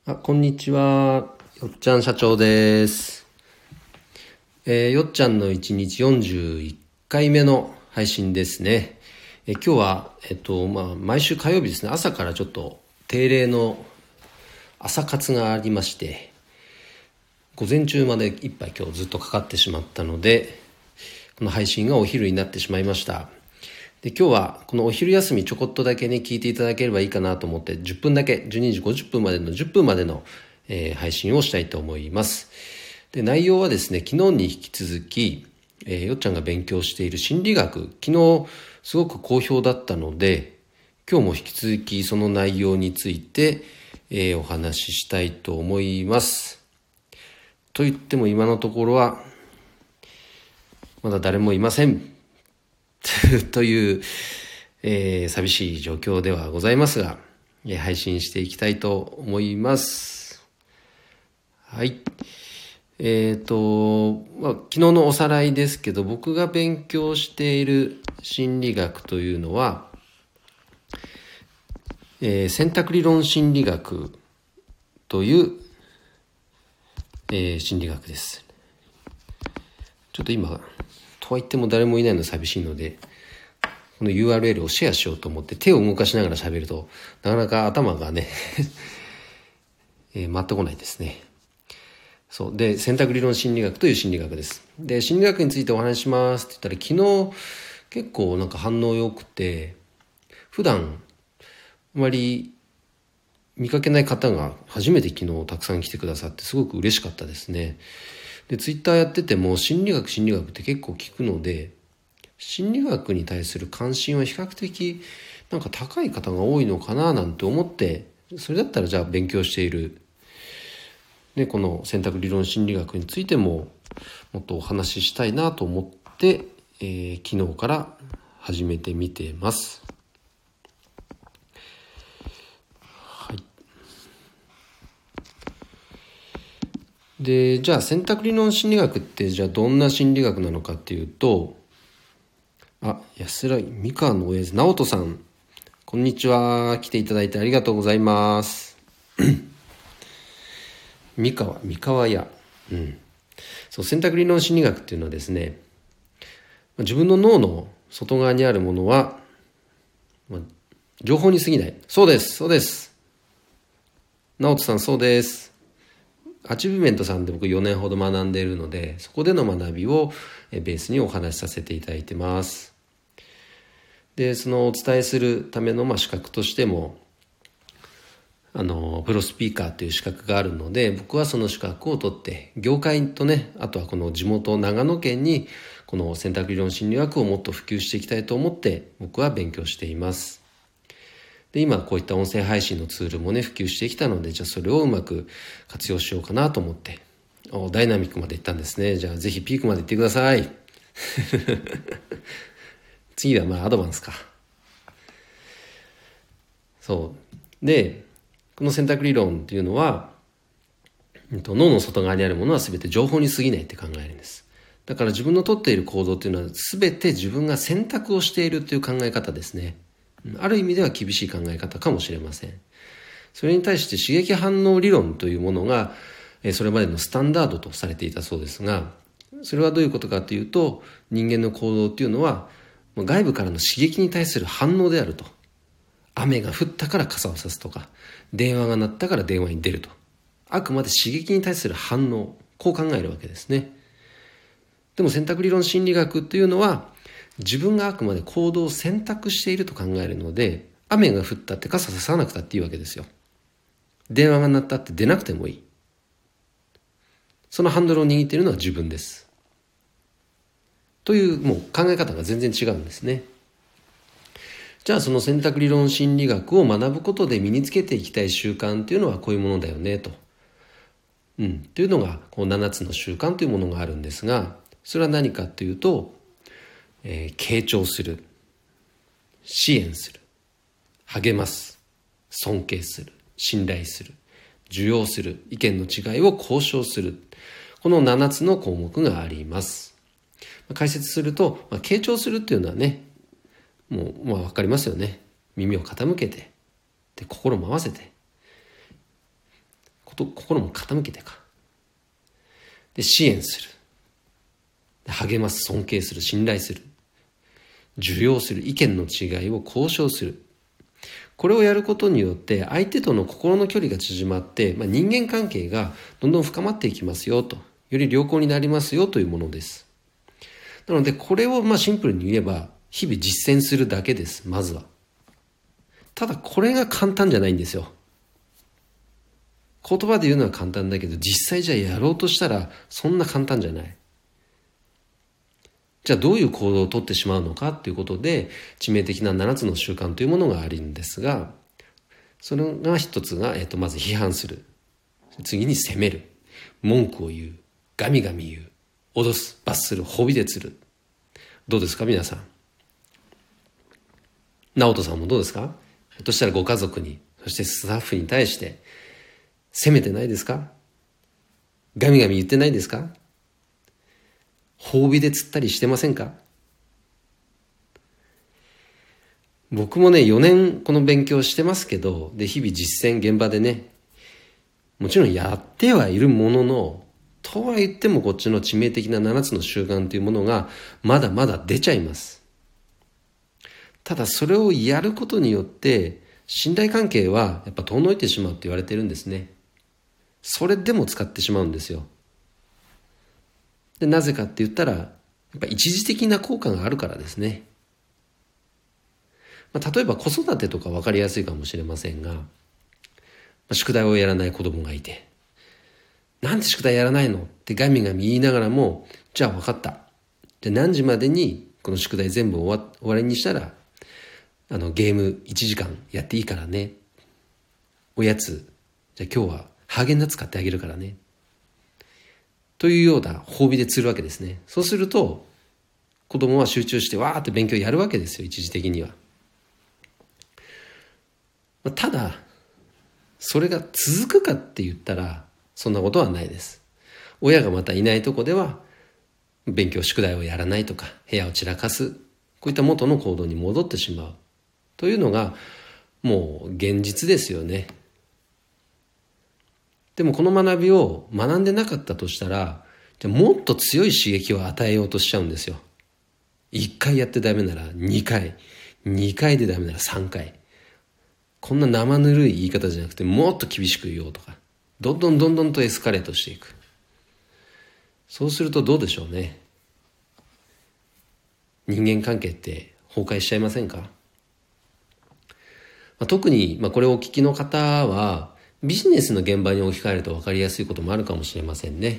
こんにちは。よっちゃん社長です。よっちゃんの1日41回目の配信ですね。今日は、毎週火曜日ですね、朝からちょっと定例の朝活がありまして、午前中まで一杯今日ずっとかかってしまったので、この配信がお昼になってしまいました。で、今日はこのお昼休みちょこっとだけね、聞いていただければいいかなと思って、10分だけ、12時50分までの10分までの、配信をしたいと思います。で、内容はですね、昨日に引き続き、よっちゃんが勉強している心理学、昨日すごく好評だったので、今日も引き続きその内容について、お話ししたいと思います。と言っても今のところは、まだ誰もいません。という、寂しい状況ではございますが、配信していきたいと思います。はい。昨日のおさらいですけど、僕が勉強している心理学というのは、選択理論心理学という、心理学です。ちょっと今、とは言っても誰もいないの寂しいので、この URL をシェアしようと思って手を動かしながら喋ると、なかなか頭がね、回ってこないですね。そう。で、選択理論心理学という心理学です。で、心理学についてお話ししますって言ったら、昨日結構なんか反応良くて、普段あまり見かけない方が初めて昨日たくさん来てくださってすごく嬉しかったですね。で、ツイッターやってても心理学って結構聞くので、心理学に対する関心は比較的なんか高い方が多いのかななんて思って、それだったらじゃあ勉強している、ね、この選択理論心理学についてももっとお話ししたいなと思って、昨日から始めてみてます。で、じゃあ選択理論心理学ってじゃあどんな心理学なのかっていうと、安らぎ、三河の親父、直人さん、こんにちは。来ていただいてありがとうございます。三河屋。そう、選択理論心理学っていうのはですね、自分の脳の外側にあるものは、情報に過ぎない。そうです、そうです。直人さん、そうです。アチューブメントさんで僕4年ほど学んでいるので、そこでの学びをベースにお話しさせていただいてます。で、そのお伝えするための資格としても、プロスピーカーという資格があるので、僕はその資格を取って、業界とね、あとはこの地元長野県に、この選択理論心理学をもっと普及していきたいと思って、僕は勉強しています。で、今こういった音声配信のツールもね、普及してきたので、じゃあそれをうまく活用しようかなと思って、ダイナミックまで行ったんですね。じゃあぜひピークまで行ってください。次はアドバンスか。そう。で、この選択理論っていうのは、脳の外側にあるものは全て情報に過ぎないって考えるんです。だから自分の取っている行動っていうのは全て自分が選択をしているという考え方ですね。ある意味では厳しい考え方かもしれません。それに対して刺激反応理論というものが、それまでのスタンダードとされていたそうですが、それはどういうことかというと、人間の行動っていうのは、外部からの刺激に対する反応であると。雨が降ったから傘を差すとか、電話が鳴ったから電話に出ると。あくまで刺激に対する反応、こう考えるわけですね。でも選択理論心理学っていうのは、自分があくまで行動を選択していると考えるので、雨が降ったって傘差さなくたっていいわけですよ。電話が鳴ったって出なくてもいい。そのハンドルを握っているのは自分です。というもう考え方が全然違うんですね。じゃあその選択理論心理学を学ぶことで身につけていきたい習慣っていうのはこういうものだよねと。というのがこう7つの習慣というものがあるんですが、それは何かというと、傾聴する、支援する、励ます、尊敬する、信頼する、受容する、意見の違いを交渉する。この7つの項目があります。解説すると、傾聴するっていうのはね、もうわかりますよね。耳を傾けて、で心も合わせて、 心も傾けてか。で、支援する。励ます、尊敬する、信頼する。受容する、意見の違いを交渉する。これをやることによって相手との心の距離が縮まって、人間関係がどんどん深まっていきますよと、より良好になりますよというものです。なのでこれをシンプルに言えば日々実践するだけです。まずは。ただこれが簡単じゃないんですよ。言葉で言うのは簡単だけど、実際じゃあやろうとしたらそんな簡単じゃない。じゃあどういう行動をとってしまうのかということで、致命的な7つの習慣というものがあるんですが、それが一つが、まず批判する。次に責める。文句を言う。ガミガミ言う。脅す。罰する。褒美で釣る。どうですか皆さん。直人さんもどうですか。ひょっとしたらご家族に、そしてスタッフに対して責めてないですか。ガミガミ言ってないですか。褒美で釣ったりしてませんか。僕もね、4年この勉強してますけど、で、日々実践現場でね、もちろんやってはいるものの、とは言ってもこっちの致命的な7つの習慣というものがまだまだ出ちゃいます。ただそれをやることによって、信頼関係はやっぱ遠のいてしまうって言われてるんですね。それでも使ってしまうんですよ。で、なぜかって言ったら、やっぱ一時的な効果があるからですね。例えば子育てとか分かりやすいかもしれませんが、宿題をやらない子供がいて、なんで宿題やらないのってガミガミ言いながらも、じゃあ分かった。で、何時までにこの宿題全部終わりにしたら、ゲーム1時間やっていいからね。おやつ、じゃあ今日はハーゲンダッツ買ってあげるからね。というような褒美で釣るわけですね。そうすると、子供は集中してわーって勉強やるわけですよ、一時的には。ただ、それが続くかって言ったら、そんなことはないです。親がまたいないとこでは、勉強宿題をやらないとか、部屋を散らかす、こういった元の行動に戻ってしまう。というのが、もう現実ですよね。でもこの学びを学んでなかったとしたら、じゃもっと強い刺激を与えようとしちゃうんですよ。1回やってダメなら2回、2回でダメなら3回。こんな生ぬるい言い方じゃなくて、もっと厳しく言おうとか、どんどんとエスカレートしていく。そうするとどうでしょうね。人間関係って崩壊しちゃいませんか。特にこれをお聞きの方は、ビジネスの現場に置き換えると分かりやすいこともあるかもしれませんね。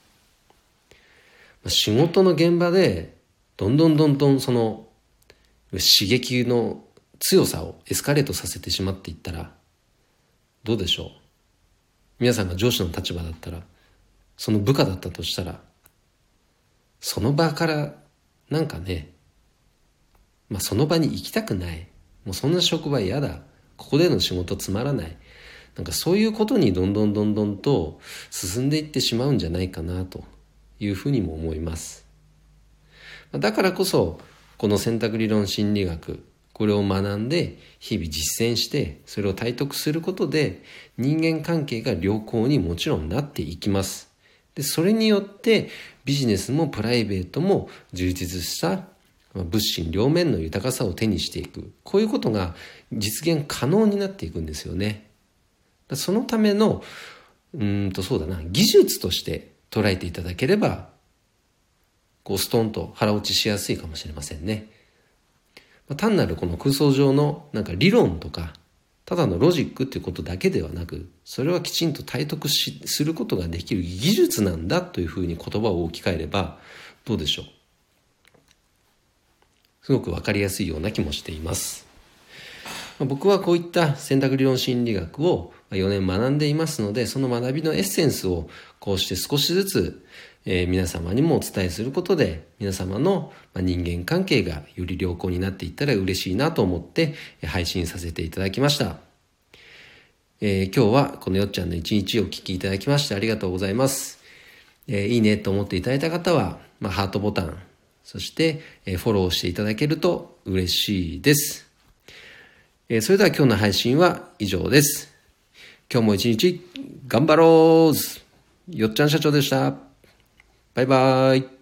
仕事の現場でどんどんその刺激の強さをエスカレートさせてしまっていったらどうでしょう。皆さんが上司の立場だったら、その部下だったとしたら、その場からなんかね、その場に行きたくない、もうそんな職場嫌だ、ここでの仕事つまらない、なんかそういうことにどんどんと進んでいってしまうんじゃないかなというふうにも思います。だからこそこの選択理論心理学、これを学んで日々実践してそれを体得することで人間関係が良好にもちろんなっていきます。で、それによってビジネスもプライベートも充実した物心両面の豊かさを手にしていく、こういうことが実現可能になっていくんですよね。そのためのそうだな、技術として捉えていただければストンと腹落ちしやすいかもしれませんね。単なるこの空想上の理論とかただのロジックっていうことだけではなく、それはきちんと体得することができる技術なんだというふうに言葉を置き換えればどうでしょう。すごくわかりやすいような気もしています。僕はこういった選択理論心理学を4年学んでいますので、その学びのエッセンスをこうして少しずつ皆様にもお伝えすることで、皆様の人間関係がより良好になっていったら嬉しいなと思って配信させていただきました。今日はこのよっちゃんの一日をお聞きいただきましてありがとうございます。いいねと思っていただいた方は、ハートボタン、そしてフォローしていただけると嬉しいです。それでは今日の配信は以上です。 今日も一日頑張ろう。よっちゃん社長でした。バイバイ。